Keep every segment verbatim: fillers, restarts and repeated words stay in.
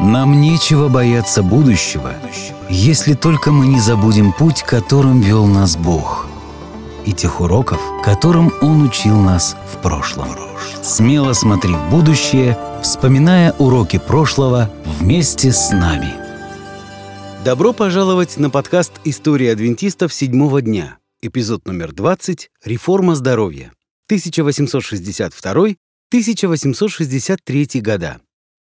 Нам нечего бояться будущего, если только мы не забудем путь, которым вел нас Бог, и тех уроков, которым Он учил нас в прошлом. Смело смотри в будущее, вспоминая уроки прошлого вместе с нами. Добро пожаловать на подкаст «История адвентистов седьмого дня», эпизод номер двадцать «Реформа здоровья», тысяча восемьсот шестьдесят второй — тысяча восемьсот шестьдесят третий года.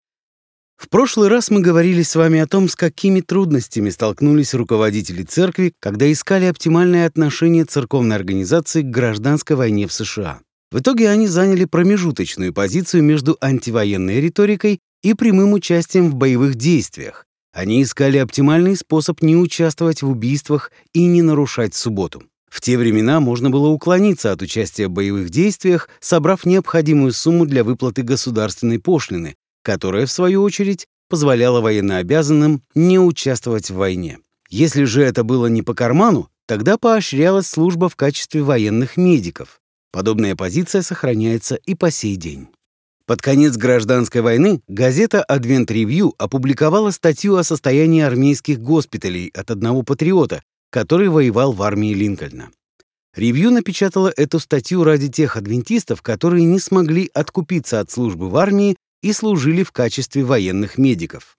В прошлый раз мы говорили с вами о том, с какими трудностями столкнулись руководители церкви, когда искали оптимальное отношение церковной организации к гражданской войне в США. В итоге они заняли промежуточную позицию между антивоенной риторикой и прямым участием в боевых действиях. Они искали оптимальный способ не участвовать в убийствах и не нарушать субботу. В те времена можно было уклониться от участия в боевых действиях, собрав необходимую сумму для выплаты государственной пошлины, которая, в свою очередь, позволяла военнообязанным не участвовать в войне. Если же это было не по карману, тогда поощрялась служба в качестве военных медиков. Подобная позиция сохраняется и по сей день. Под конец гражданской войны газета «Адвент Ревью» опубликовала статью о состоянии армейских госпиталей от одного патриота, который воевал в армии Линкольна. «Ревью» напечатала эту статью ради тех адвентистов, которые не смогли откупиться от службы в армии и служили в качестве военных медиков.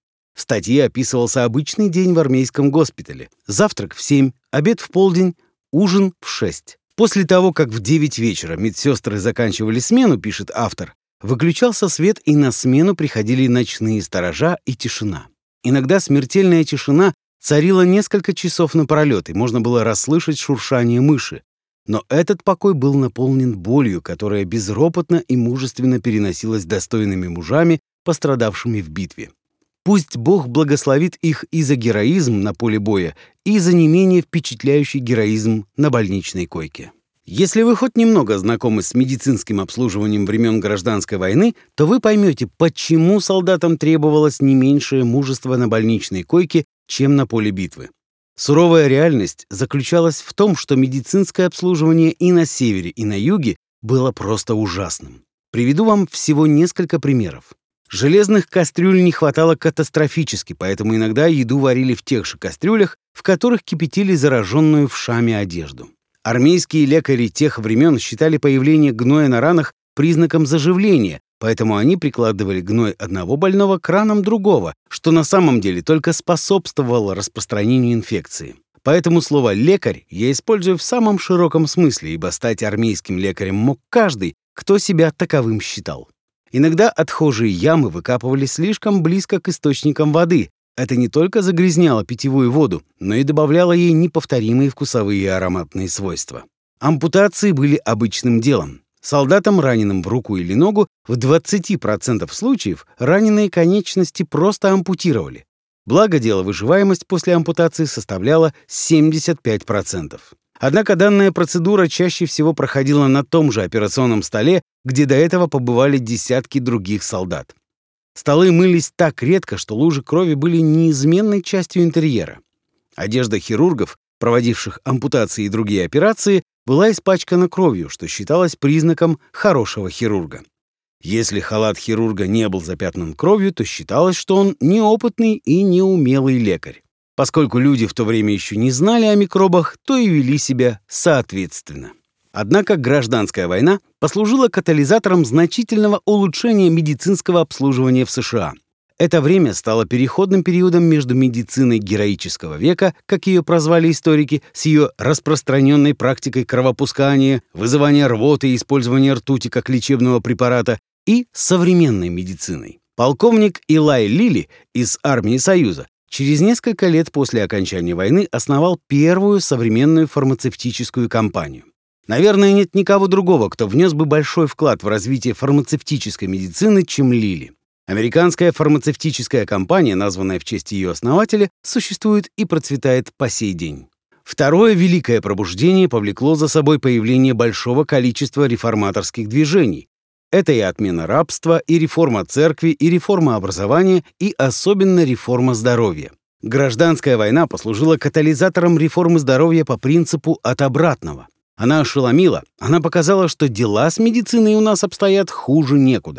В статье описывался обычный день в армейском госпитале. Завтрак в семь, обед в полдень, ужин в шесть. После того, как в девять вечера медсестры заканчивали смену, пишет автор, выключался свет, и на смену приходили ночные сторожа и тишина. Иногда смертельная тишина царила несколько часов напролет, и можно было расслышать шуршание мыши. Но этот покой был наполнен болью, которая безропотно и мужественно переносилась достойными мужами, пострадавшими в битве. Пусть Бог благословит их и за героизм на поле боя, и за не менее впечатляющий героизм на больничной койке. Если вы хоть немного знакомы с медицинским обслуживанием времен Гражданской войны, то вы поймете, почему солдатам требовалось не меньшее мужество на больничной койке, чем на поле битвы. Суровая реальность заключалась в том, что медицинское обслуживание и на севере, и на юге было просто ужасным. Приведу вам всего несколько примеров. Железных кастрюль не хватало катастрофически, поэтому иногда еду варили в тех же кастрюлях, в которых кипятили зараженную вшами одежду. Армейские лекари тех времен считали появление гноя на ранах признаком заживления, поэтому они прикладывали гной одного больного к ранам другого, что на самом деле только способствовало распространению инфекции. Поэтому слово «лекарь» я использую в самом широком смысле, ибо стать армейским лекарем мог каждый, кто себя таковым считал. Иногда отхожие ямы выкапывали слишком близко к источникам воды. Это не только загрязняло питьевую воду, но и добавляло ей неповторимые вкусовые и ароматные свойства. Ампутации были обычным делом. Солдатам, раненым в руку или ногу, в двадцати процентах случаев раненые конечности просто ампутировали. Благо дело, выживаемость после ампутации составляла семьдесят пять процентов. Однако данная процедура чаще всего проходила на том же операционном столе, где до этого побывали десятки других солдат. Столы мылись так редко, что лужи крови были неизменной частью интерьера. Одежда хирургов, проводивших ампутации и другие операции, была испачкана кровью, что считалось признаком хорошего хирурга. Если халат хирурга не был запятнан кровью, то считалось, что он неопытный и неумелый лекарь. Поскольку люди в то время еще не знали о микробах, то и вели себя соответственно. Однако гражданская война послужила катализатором значительного улучшения медицинского обслуживания в США. Это время стало переходным периодом между медициной героического века, как ее прозвали историки, с ее распространенной практикой кровопускания, вызывания рвоты и использования ртути как лечебного препарата, и современной медициной. Полковник Илай Лилли из армии Союза через несколько лет после окончания войны основал первую современную фармацевтическую компанию. Наверное, нет никого другого, кто внес бы большой вклад в развитие фармацевтической медицины, чем Лилли. Американская фармацевтическая компания, названная в честь ее основателя, существует и процветает по сей день. Второе великое пробуждение повлекло за собой появление большого количества реформаторских движений. Это и отмена рабства, и реформа церкви, и реформа образования, и особенно реформа здоровья. Гражданская война послужила катализатором реформы здоровья по принципу «от обратного». Она ошеломила, она показала, что дела с медициной у нас обстоят хуже некуда.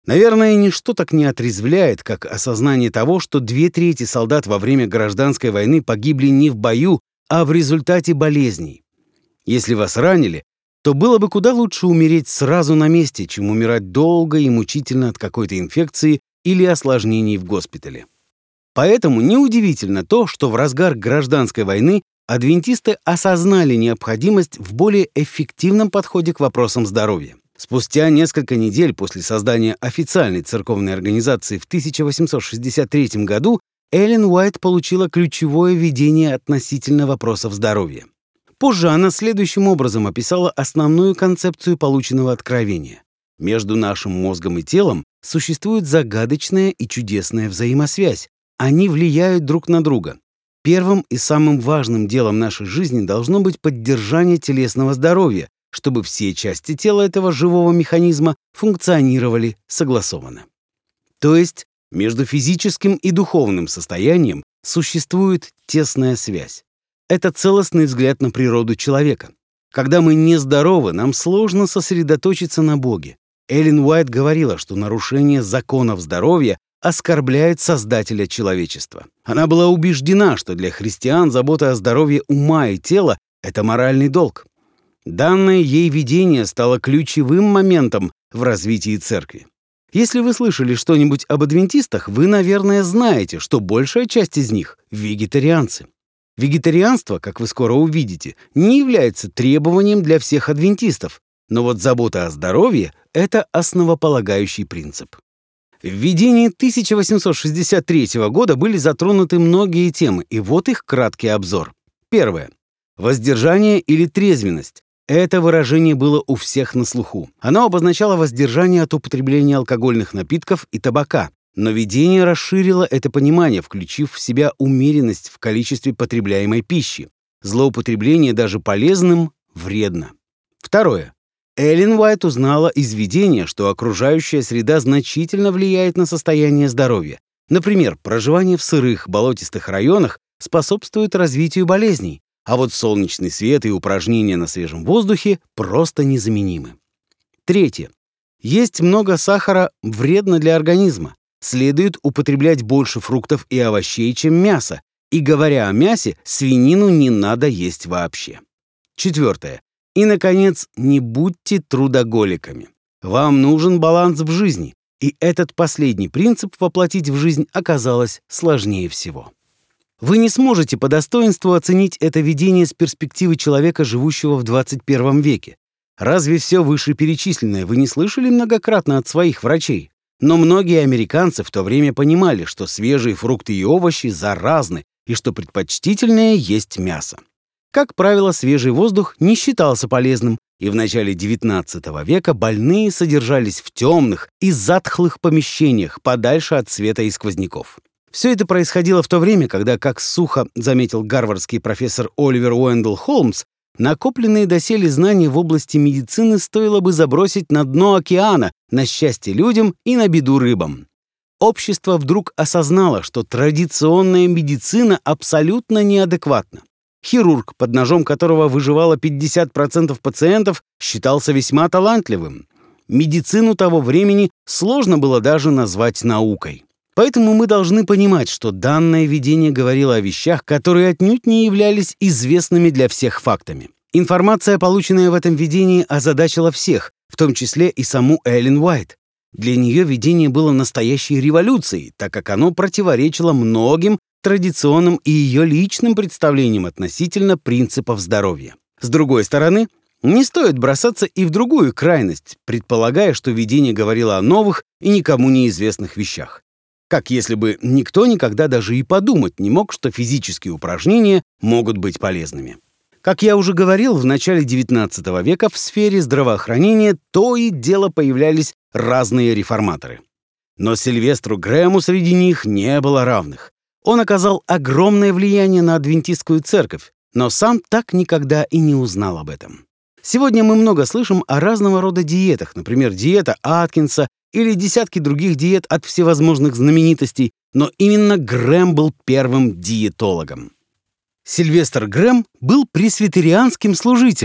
Наверное, ничто так не отрезвляет, как осознание того, что две трети солдат во время гражданской войны погибли не в бою, а в результате болезней. Если вас ранили, то было бы куда лучше умереть сразу на месте, чем умирать долго и мучительно от какой-то инфекции или осложнений в госпитале. Поэтому неудивительно то, что в разгар гражданской войны адвентисты осознали необходимость в более эффективном подходе к вопросам здоровья. Спустя несколько недель после создания официальной церковной организации в тысяча восемьсот шестьдесят третьем году Эллен Уайт получила ключевое видение относительно вопросов здоровья. Позже она следующим образом описала основную концепцию полученного откровения. Между нашим мозгом и телом существует загадочная и чудесная взаимосвязь. Они влияют друг на друга. Первым и самым важным делом нашей жизни должно быть поддержание телесного здоровья, чтобы все части тела этого живого механизма функционировали согласованно. То есть между физическим и духовным состоянием существует тесная связь. Это целостный взгляд на природу человека. Когда мы нездоровы, нам сложно сосредоточиться на Боге. Эллен Уайт говорила, что нарушение законов здоровья оскорбляет Создателя человечества. Она была убеждена, что для христиан забота о здоровье ума и тела — это моральный долг. Данное ей видение стало ключевым моментом в развитии церкви. Если вы слышали что-нибудь об адвентистах, вы, наверное, знаете, что большая часть из них — вегетарианцы. Вегетарианство, как вы скоро увидите, не является требованием для всех адвентистов, но вот забота о здоровье — это основополагающий принцип. В видении тысяча восемьсот шестьдесят третьего года были затронуты многие темы, и вот их краткий обзор. Первое. Воздержание или трезвенность. Это выражение было у всех на слуху. Оно обозначало воздержание от употребления алкогольных напитков и табака. Но видение расширило это понимание, включив в себя умеренность в количестве потребляемой пищи. Злоупотребление даже полезным вредно. Второе. Эллен Уайт узнала из видения, что окружающая среда значительно влияет на состояние здоровья. Например, проживание в сырых, болотистых районах способствует развитию болезней, а вот солнечный свет и упражнения на свежем воздухе просто незаменимы. Третье. Есть много сахара вредно для организма. Следует употреблять больше фруктов и овощей, чем мяса. И говоря о мясе, свинину не надо есть вообще. Четвертое. И, наконец, не будьте трудоголиками. Вам нужен баланс в жизни, и этот последний принцип воплотить в жизнь оказалось сложнее всего. Вы не сможете по достоинству оценить это видение с перспективы человека, живущего в двадцать первом веке. Разве все вышеперечисленное вы не слышали многократно от своих врачей? Но многие американцы в то время понимали, что свежие фрукты и овощи заразны, и что предпочтительнее есть мясо. Как правило, свежий воздух не считался полезным, и в начале девятнадцатого века больные содержались в темных и затхлых помещениях, подальше от света и сквозняков. Все это происходило в то время, когда, как сухо заметил гарвардский профессор Оливер Уэндell Холмс, накопленные доселе знания в области медицины стоило бы забросить на дно океана, на счастье людям и на беду рыбам. Общество вдруг осознало, что традиционная медицина абсолютно неадекватна. Хирург, под ножом которого выживало пятьдесят процентов пациентов, считался весьма талантливым. Медицину того времени сложно было даже назвать наукой. Поэтому мы должны понимать, что данное видение говорило о вещах, которые отнюдь не являлись известными для всех фактами. Информация, полученная в этом видении, озадачила всех, в том числе и саму Эллен Уайт. Для нее видение было настоящей революцией, так как оно противоречило многим традиционным и ее личным представлениям относительно принципов здоровья. С другой стороны, не стоит бросаться и в другую крайность, предполагая, что видение говорило о новых и никому неизвестных вещах. Как если бы никто никогда даже и подумать не мог, что физические упражнения могут быть полезными. Как я уже говорил, в начале девятнадцатого века в сфере здравоохранения то и дело появлялись разные реформаторы. Но Сильвестру Грэму среди них не было равных. Он оказал огромное влияние на адвентистскую церковь, но сам так никогда и не узнал об этом. Сегодня мы много слышим о разного рода диетах, например, диета Аткинса или десятки других диет от всевозможных знаменитостей, но именно Грэм был первым диетологом. Сильвестр Грэм был пресвитерианским служителем.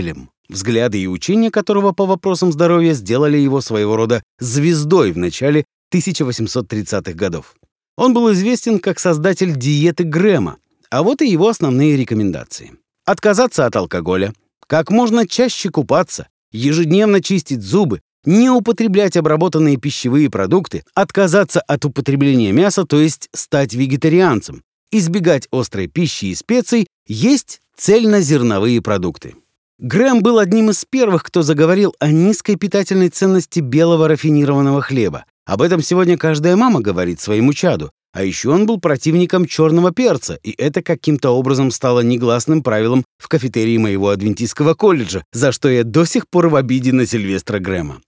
взгляды и учения которого по вопросам здоровья сделали его своего рода звездой в начале тысяча восемьсот тридцатых годов. Он был известен как создатель диеты Грэма, а вот и его основные рекомендации. Отказаться от алкоголя, как можно чаще купаться, ежедневно чистить зубы, не употреблять обработанные пищевые продукты, отказаться от употребления мяса, то есть стать вегетарианцем, избегать острой пищи и специй, есть цельнозерновые продукты. Грэм был одним из первых, кто заговорил о низкой питательной ценности белого рафинированного хлеба. Об этом сегодня каждая мама говорит своему чаду. А еще он был противником черного перца, и это каким-то образом стало негласным правилом в кафетерии моего адвентистского колледжа, за что я до сих пор в обиде на Сильвестра Грэма.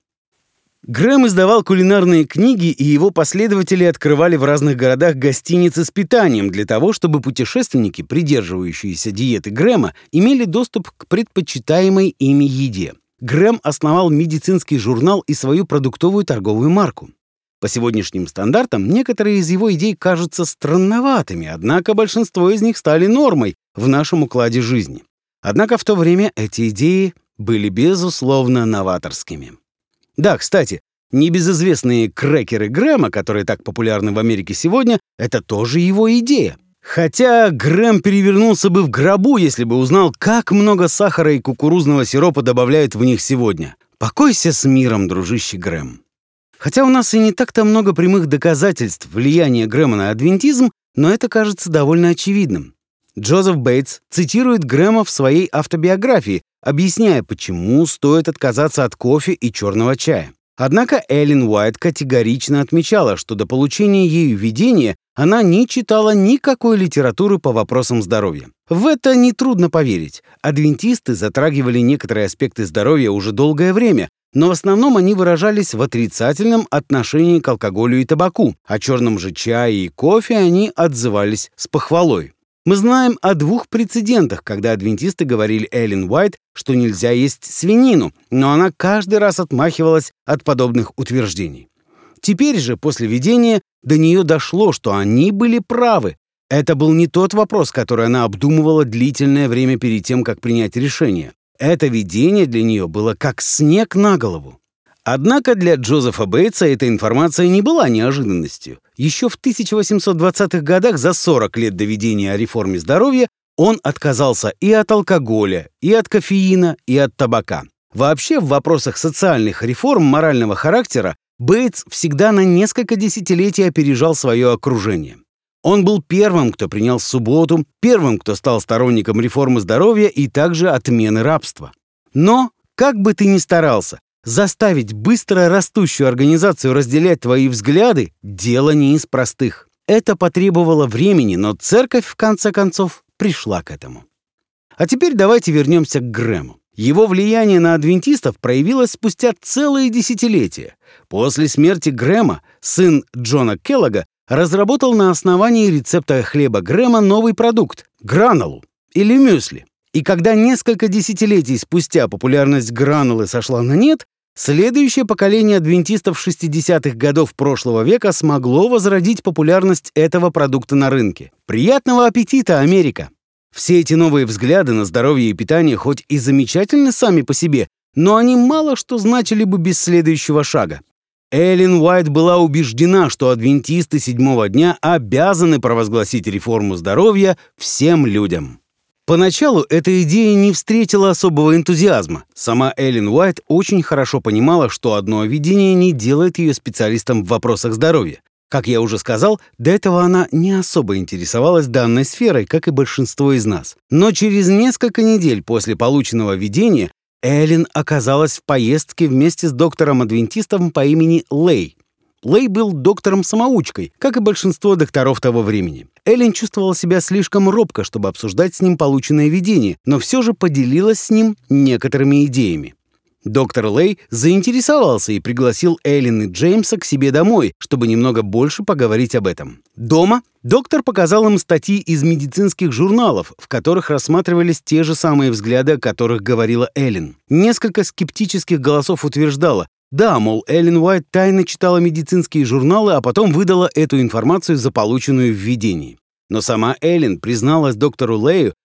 Грэм издавал кулинарные книги, и его последователи открывали в разных городах гостиницы с питанием для того, чтобы путешественники, придерживающиеся диеты Грэма, имели доступ к предпочитаемой ими еде. Грэм основал медицинский журнал и свою продуктовую торговую марку. По сегодняшним стандартам некоторые из его идей кажутся странноватыми, однако большинство из них стали нормой в нашем укладе жизни. Однако в то время эти идеи были, безусловно, новаторскими. Да, кстати, небезызвестные крекеры Грэма, которые так популярны в Америке сегодня, это тоже его идея. Хотя Грэм перевернулся бы в гробу, если бы узнал, как много сахара и кукурузного сиропа добавляют в них сегодня. Покойся с миром, дружище Грэм. Хотя у нас и не так-то много прямых доказательств влияния Грэма на адвентизм, но это кажется довольно очевидным. Джозеф Бейтс цитирует Грэма в своей автобиографии, объясняя, почему стоит отказаться от кофе и черного чая. Однако Эллен Уайт категорично отмечала, что до получения ею видения она не читала никакой литературы по вопросам здоровья. В это нетрудно поверить. Адвентисты затрагивали некоторые аспекты здоровья уже долгое время, но в основном они выражались в отрицательном отношении к алкоголю и табаку, о черном же чае и кофе они отзывались с похвалой. Мы знаем о двух прецедентах, когда адвентисты говорили Эллен Уайт, что нельзя есть свинину, но она каждый раз отмахивалась от подобных утверждений. Теперь же, после видения, до нее дошло, что они были правы. Это был не тот вопрос, который она обдумывала длительное время перед тем, как принять решение. Это видение для нее было как снег на голову. Однако для Джозефа Бейтса эта информация не была неожиданностью. Еще в тысяча восемьсот двадцатых годах, за сорок лет до видения о реформе здоровья, он отказался и от алкоголя, и от кофеина, и от табака. Вообще, в вопросах социальных реформ морального характера Бейтс всегда на несколько десятилетий опережал свое окружение. Он был первым, кто принял субботу, первым, кто стал сторонником реформы здоровья и также отмены рабства. Но, как бы ты ни старался, заставить быстро растущую организацию разделять твои взгляды – дело не из простых. Это потребовало времени, но церковь, в конце концов, пришла к этому. А теперь давайте вернемся к Грэму. Его влияние на адвентистов проявилось спустя целые десятилетия. После смерти Грэма сын Джона Келлога разработал на основании рецепта хлеба Грэма новый продукт – гранулу или мюсли. И когда несколько десятилетий спустя популярность гранулы сошла на нет, следующее поколение адвентистов шестидесятых годов прошлого века смогло возродить популярность этого продукта на рынке. Приятного аппетита, Америка! Все эти новые взгляды на здоровье и питание хоть и замечательны сами по себе, но они мало что значили бы без следующего шага. Эллен Уайт была убеждена, что адвентисты седьмого дня обязаны провозгласить реформу здоровья всем людям. Поначалу эта идея не встретила особого энтузиазма. Сама Эллен Уайт очень хорошо понимала, что одно видение не делает ее специалистом в вопросах здоровья. Как я уже сказал, до этого она не особо интересовалась данной сферой, как и большинство из нас. Но через несколько недель после полученного видения Эллен оказалась в поездке вместе с доктором-адвентистом по имени Лэй. Лэй был доктором-самоучкой, как и большинство докторов того времени. Эллен чувствовала себя слишком робко, чтобы обсуждать с ним полученное видение, но все же поделилась с ним некоторыми идеями. Доктор Лэй заинтересовался и пригласил Эллен и Джеймса к себе домой, чтобы немного больше поговорить об этом. Дома доктор показал им статьи из медицинских журналов, в которых рассматривались те же самые взгляды, о которых говорила Эллен. Несколько скептических голосов утверждало: да, мол, Эллен Уайт тайно читала медицинские журналы, а потом выдала эту информацию за полученную в видении. Но сама Эллен призналась доктору Лэю,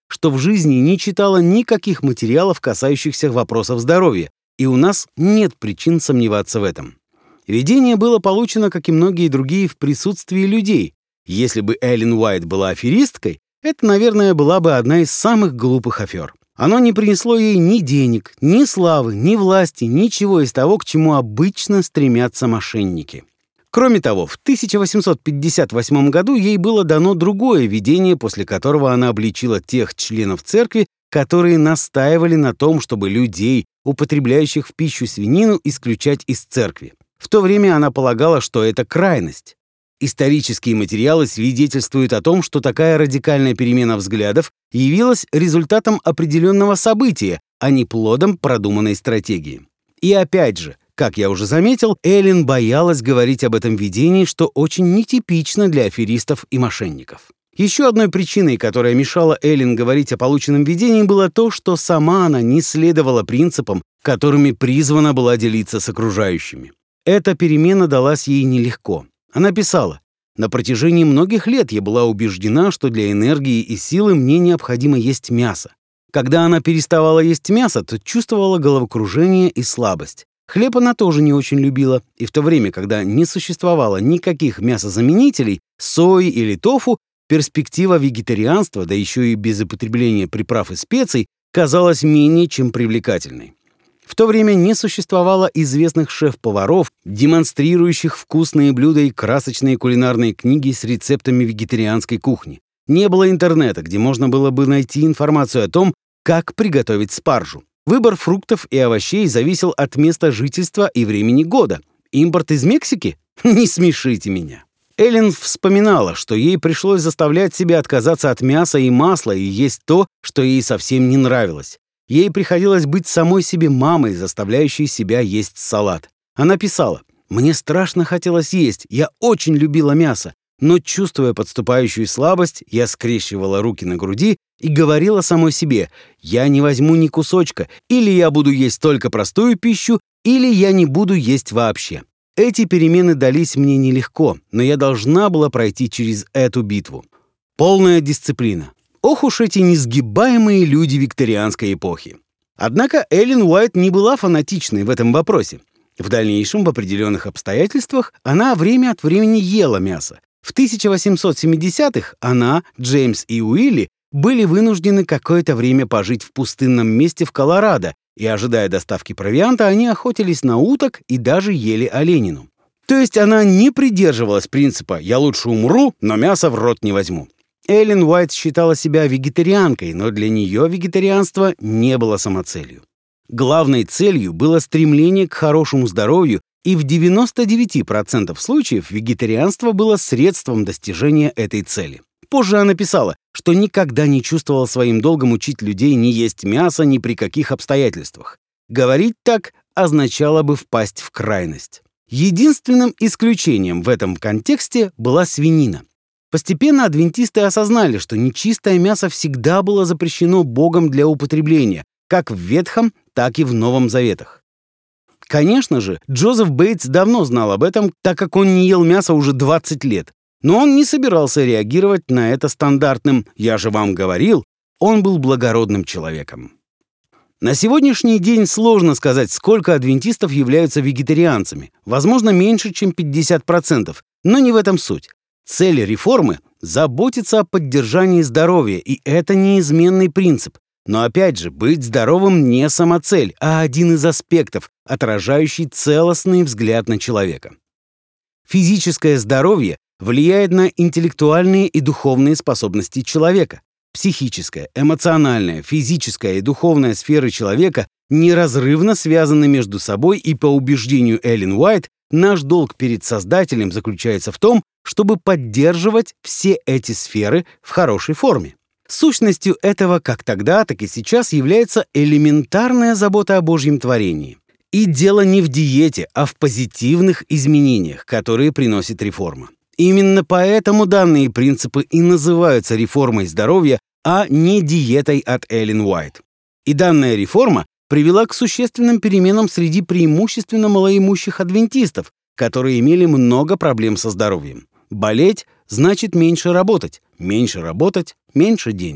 что в жизни не читала никаких материалов, касающихся вопросов здоровья, и у нас нет причин сомневаться в этом. Видение было получено, как и многие другие, в присутствии людей. Если бы Эллен Уайт была аферисткой, это, наверное, была бы одна из самых глупых афер. Оно не принесло ей ни денег, ни славы, ни власти, ничего из того, к чему обычно стремятся мошенники. Кроме того, в тысяча восемьсот пятьдесят восьмом году ей было дано другое видение, после которого она обличила тех членов церкви, которые настаивали на том, чтобы людей, употребляющих в пищу свинину, исключать из церкви. В то время она полагала, что это крайность. Исторические материалы свидетельствуют о том, что такая радикальная перемена взглядов явилась результатом определенного события, а не плодом продуманной стратегии. И опять же, как я уже заметил, Эллен боялась говорить об этом видении, что очень нетипично для аферистов и мошенников. Еще одной причиной, которая мешала Эллен говорить о полученном видении, было то, что сама она не следовала принципам, которыми призвана была делиться с окружающими. Эта перемена далась ей нелегко. Она писала: «На протяжении многих лет я была убеждена, что для энергии и силы мне необходимо есть мясо. Когда она переставала есть мясо, то чувствовала головокружение и слабость. Хлеб она тоже не очень любила, и в то время, когда не существовало никаких мясозаменителей, сои или тофу, перспектива вегетарианства, да еще и без употребления приправ и специй, казалась менее чем привлекательной. В то время не существовало известных шеф-поваров, демонстрирующих вкусные блюда и красочные кулинарные книги с рецептами вегетарианской кухни. Не было интернета, где можно было бы найти информацию о том, как приготовить спаржу. Выбор фруктов и овощей зависел от места жительства и времени года. Импорт из Мексики? Не смешите меня. Эллен вспоминала, что ей пришлось заставлять себя отказаться от мяса и масла и есть то, что ей совсем не нравилось. Ей приходилось быть самой себе мамой, заставляющей себя есть салат. Она писала: «Мне страшно хотелось есть, я очень любила мясо, но, чувствуя подступающую слабость, я скрещивала руки на груди и говорила самой себе: я не возьму ни кусочка, или я буду есть только простую пищу, или я не буду есть вообще». Эти перемены дались мне нелегко, но я должна была пройти через эту битву. Полная дисциплина. Ох уж эти несгибаемые люди викторианской эпохи. Однако Эллен Уайт не была фанатичной в этом вопросе. В дальнейшем, в определенных обстоятельствах, она время от времени ела мясо. В тысяча восемьсот семидесятых она, Джеймс и Уилли были вынуждены какое-то время пожить в пустынном месте в Колорадо, и, ожидая доставки провианта, они охотились на уток и даже ели оленину. То есть она не придерживалась принципа «я лучше умру, но мясо в рот не возьму». Эллен Уайт считала себя вегетарианкой, но для нее вегетарианство не было самоцелью. Главной целью было стремление к хорошему здоровью, и в девяноста девяти процентах случаев вегетарианство было средством достижения этой цели. Позже она писала, что никогда не чувствовала своим долгом учить людей не есть мясо ни при каких обстоятельствах. Говорить так означало бы впасть в крайность. Единственным исключением в этом контексте была свинина. Постепенно адвентисты осознали, что нечистое мясо всегда было запрещено Богом для употребления, как в Ветхом, так и в Новом Заветах. Конечно же, Джозеф Бейтс давно знал об этом, так как он не ел мясо уже двадцать лет. Но он не собирался реагировать на это стандартным «я же вам говорил», он был благородным человеком. На сегодняшний день сложно сказать, сколько адвентистов являются вегетарианцами. Возможно, меньше, чем пятьдесят процентов, но не в этом суть. Цель реформы – заботиться о поддержании здоровья, и это неизменный принцип. Но опять же, быть здоровым не самоцель, а один из аспектов, отражающий целостный взгляд на человека. Физическое здоровье влияет на интеллектуальные и духовные способности человека. Психическая, эмоциональная, физическая и духовная сферы человека неразрывно связаны между собой, и по убеждению Эллен Уайт, наш долг перед Создателем заключается в том, чтобы поддерживать все эти сферы в хорошей форме. Сущностью этого как тогда, так и сейчас является элементарная забота о Божьем творении. И дело не в диете, а в позитивных изменениях, которые приносит реформа. Именно поэтому данные принципы и называются реформой здоровья, а не диетой от Эллен Уайт. И данная реформа привела к существенным переменам среди преимущественно малоимущих адвентистов, которые имели много проблем со здоровьем. Болеть значит меньше работать, меньше работать, меньше денег.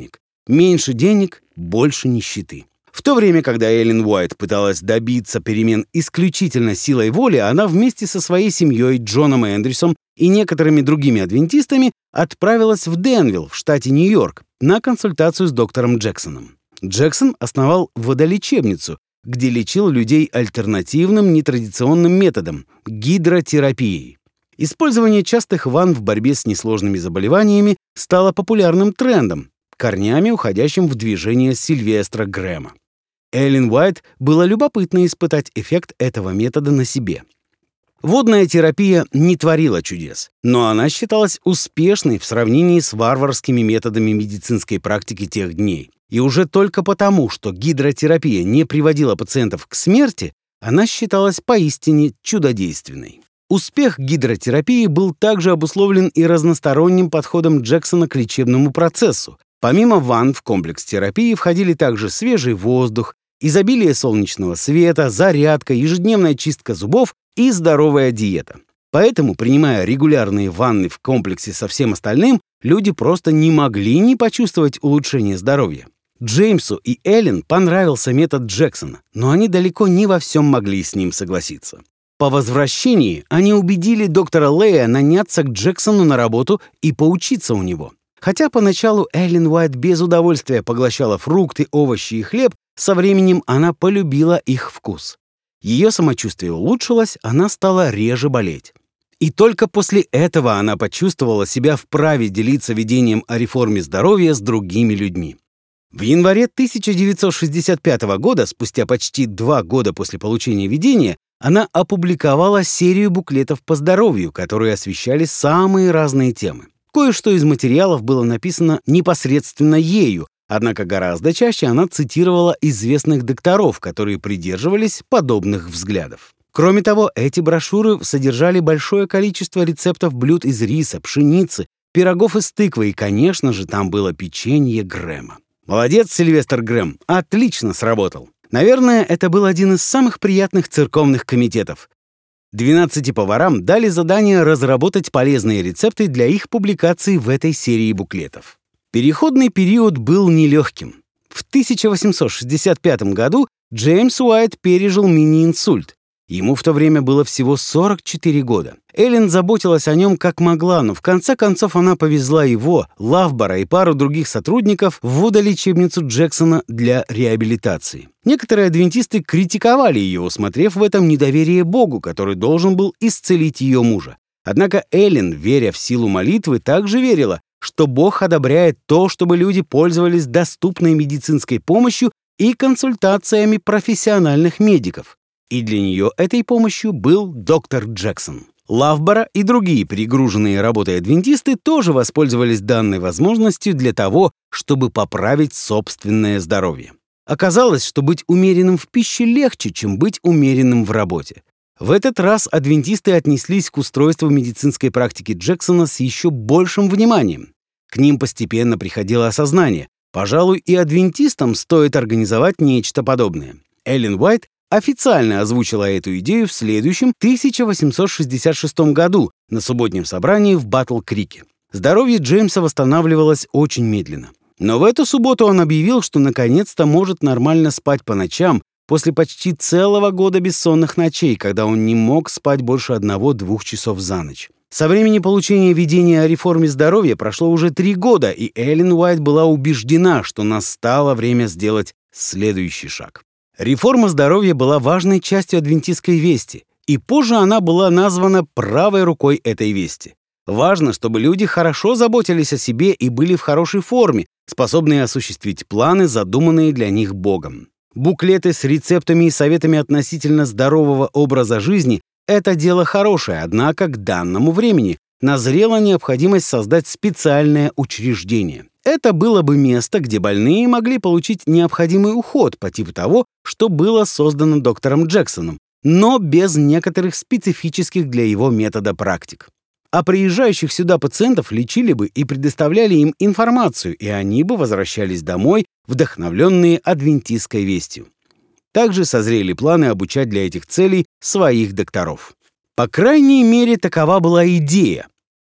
Меньше денег, больше нищеты. В то время, когда Эллен Уайт пыталась добиться перемен исключительно силой воли, она вместе со своей семьей, Джоном Эндрюсом и некоторыми другими адвентистами отправилась в Денвилл, в штате Нью-Йорк, на консультацию с доктором Джексоном. Джексон основал водолечебницу, где лечил людей альтернативным нетрадиционным методом – гидротерапией. Использование частых ванн в борьбе с несложными заболеваниями стало популярным трендом, корнями уходящим в движение Сильвестра Грэма. Эллен Уайт было любопытно испытать эффект этого метода на себе. Водная терапия не творила чудес, но она считалась успешной в сравнении с варварскими методами медицинской практики тех дней. И уже только потому, что гидротерапия не приводила пациентов к смерти, она считалась поистине чудодейственной. Успех гидротерапии был также обусловлен и разносторонним подходом Джексона к лечебному процессу. Помимо ванн в комплекс терапии входили также свежий воздух, изобилие солнечного света, зарядка, ежедневная чистка зубов и здоровая диета. Поэтому, принимая регулярные ванны в комплексе со всем остальным, люди просто не могли не почувствовать улучшение здоровья. Джеймсу и Эллен понравился метод Джексона, но они далеко не во всем могли с ним согласиться. По возвращении они убедили доктора Лея наняться к Джексону на работу и поучиться у него. Хотя поначалу Эллен Уайт без удовольствия поглощала фрукты, овощи и хлеб, со временем она полюбила их вкус. Ее самочувствие улучшилось, она стала реже болеть. И только после этого она почувствовала себя вправе делиться видением о реформе здоровья с другими людьми. В январе тысяча девятьсот шестьдесят пятого года, спустя почти два года после получения видения, она опубликовала серию буклетов по здоровью, которые освещали самые разные темы. Кое-что из материалов было написано непосредственно ею, однако гораздо чаще она цитировала известных докторов, которые придерживались подобных взглядов. Кроме того, эти брошюры содержали большое количество рецептов блюд из риса, пшеницы, пирогов из тыквы и, конечно же, там было печенье Грэма. Молодец, Сильвестр Грэм, отлично сработал. Наверное, это был один из самых приятных церковных комитетов. двенадцати поварам дали задание разработать полезные рецепты для их публикации в этой серии буклетов. Переходный период был нелегким. В тысяча восемьсот шестьдесят пятом году Джеймс Уайт пережил мини-инсульт. Ему в то время было всего сорок четыре года. Эллен заботилась о нем как могла, но в конце концов она повезла его, Лавбора и пару других сотрудников в водолечебницу Джексона для реабилитации. Некоторые адвентисты критиковали ее, усмотрев в этом недоверие Богу, который должен был исцелить ее мужа. Однако Эллен, веря в силу молитвы, также верила, что Бог одобряет то, чтобы люди пользовались доступной медицинской помощью и консультациями профессиональных медиков. И для нее этой помощью был доктор Джексон. Лавбора и другие перегруженные работой адвентисты тоже воспользовались данной возможностью для того, чтобы поправить собственное здоровье. Оказалось, что быть умеренным в пище легче, чем быть умеренным в работе. В этот раз адвентисты отнеслись к устройству медицинской практики Джексона с еще большим вниманием. К ним постепенно приходило осознание. Пожалуй, и адвентистам стоит организовать нечто подобное. Эллен Уайт официально озвучила эту идею в следующем тысяча восемьсот шестьдесят шестом году на субботнем собрании в Батл-Крике. Здоровье Джеймса восстанавливалось очень медленно. Но в эту субботу он объявил, что наконец-то может нормально спать по ночам после почти целого года бессонных ночей, когда он не мог спать больше одного-двух часов за ночь. Со времени получения видения о реформе здоровья прошло уже три года, и Эллен Уайт была убеждена, что настало время сделать следующий шаг. Реформа здоровья была важной частью адвентистской вести, и позже она была названа правой рукой этой вести. Важно, чтобы люди хорошо заботились о себе и были в хорошей форме, способные осуществить планы, задуманные для них Богом. Буклеты с рецептами и советами относительно здорового образа жизни – это дело хорошее, однако к данному времени назрела необходимость создать специальное учреждение. Это было бы место, где больные могли получить необходимый уход по типу того, что было создано доктором Джексоном, но без некоторых специфических для его метода практик. А приезжающих сюда пациентов лечили бы и предоставляли им информацию, и они бы возвращались домой, вдохновленные адвентистской вестью. Также созрели планы обучать для этих целей своих докторов. По крайней мере, такова была идея.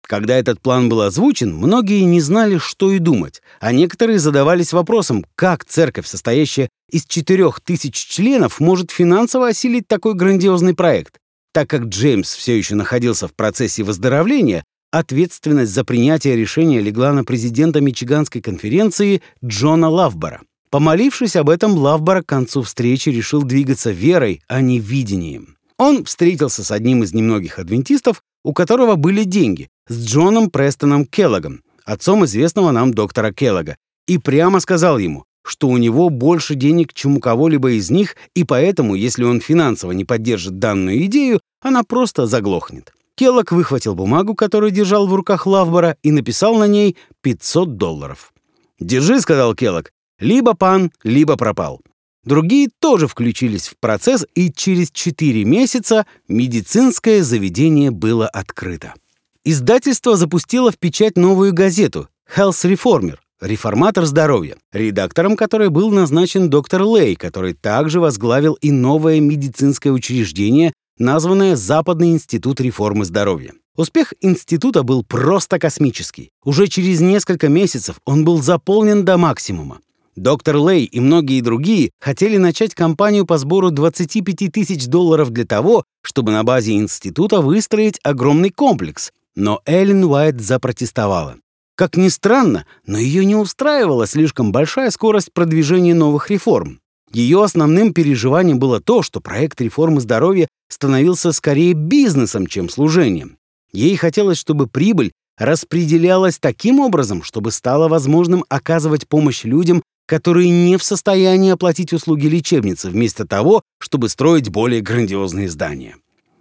Когда этот план был озвучен, многие не знали, что и думать, а некоторые задавались вопросом, как церковь, состоящая из четырех тысяч членов, может финансово осилить такой грандиозный проект. Так как Джеймс все еще находился в процессе выздоровления, ответственность за принятие решения легла на президента Мичиганской конференции Джона Лавбора. Помолившись об этом, Лавбора к концу встречи решил двигаться верой, а не видением. Он встретился с одним из немногих адвентистов, у которого были деньги, с Джоном Престоном Келлогом, отцом известного нам доктора Келлога, и прямо сказал ему, что у него больше денег, чем у кого-либо из них, и поэтому, если он финансово не поддержит данную идею, она просто заглохнет. Келлог выхватил бумагу, которую держал в руках Лавбора, и написал на ней пятьсот долларов. «Держи», — сказал Келлог, — «либо пан, либо пропал». Другие тоже включились в процесс, и через четыре месяца медицинское заведение было открыто. Издательство запустило в печать новую газету «Health Reformer» — «Реформатор здоровья», редактором которой был назначен доктор Лей, который также возглавил и новое медицинское учреждение, названное Западный институт реформы здоровья. Успех института был просто космический. Уже через несколько месяцев он был заполнен до максимума. Доктор Лей и многие другие хотели начать кампанию по сбору двадцати пяти тысяч долларов для того, чтобы на базе института выстроить огромный комплекс, но Эллен Уайт запротестовала. Как ни странно, но ее не устраивала слишком большая скорость продвижения новых реформ. Ее основным переживанием было то, что проект реформы здоровья становился скорее бизнесом, чем служением. Ей хотелось, чтобы прибыль распределялась таким образом, чтобы стало возможным оказывать помощь людям, которые не в состоянии оплатить услуги лечебницы, вместо того, чтобы строить более грандиозные здания.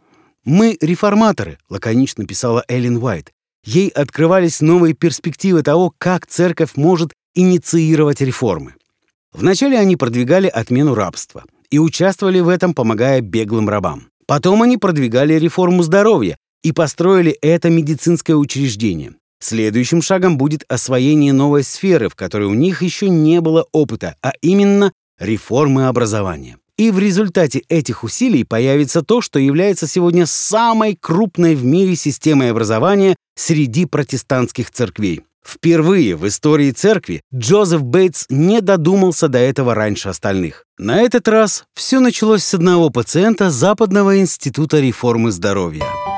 «Мы реформаторы», — лаконично писала Эллен Уайт. Ей открывались новые перспективы того, как церковь может инициировать реформы. Вначале они продвигали отмену рабства и участвовали в этом, помогая беглым рабам. Потом они продвигали реформу здоровья и построили это медицинское учреждение. Следующим шагом будет освоение новой сферы, в которой у них еще не было опыта, а именно реформы образования. И в результате этих усилий появится то, что является сегодня самой крупной в мире системой образования среди протестантских церквей. Впервые в истории церкви Джозеф Бейтс не додумался до этого раньше остальных. На этот раз все началось с одного пациента Западного института реформы здоровья.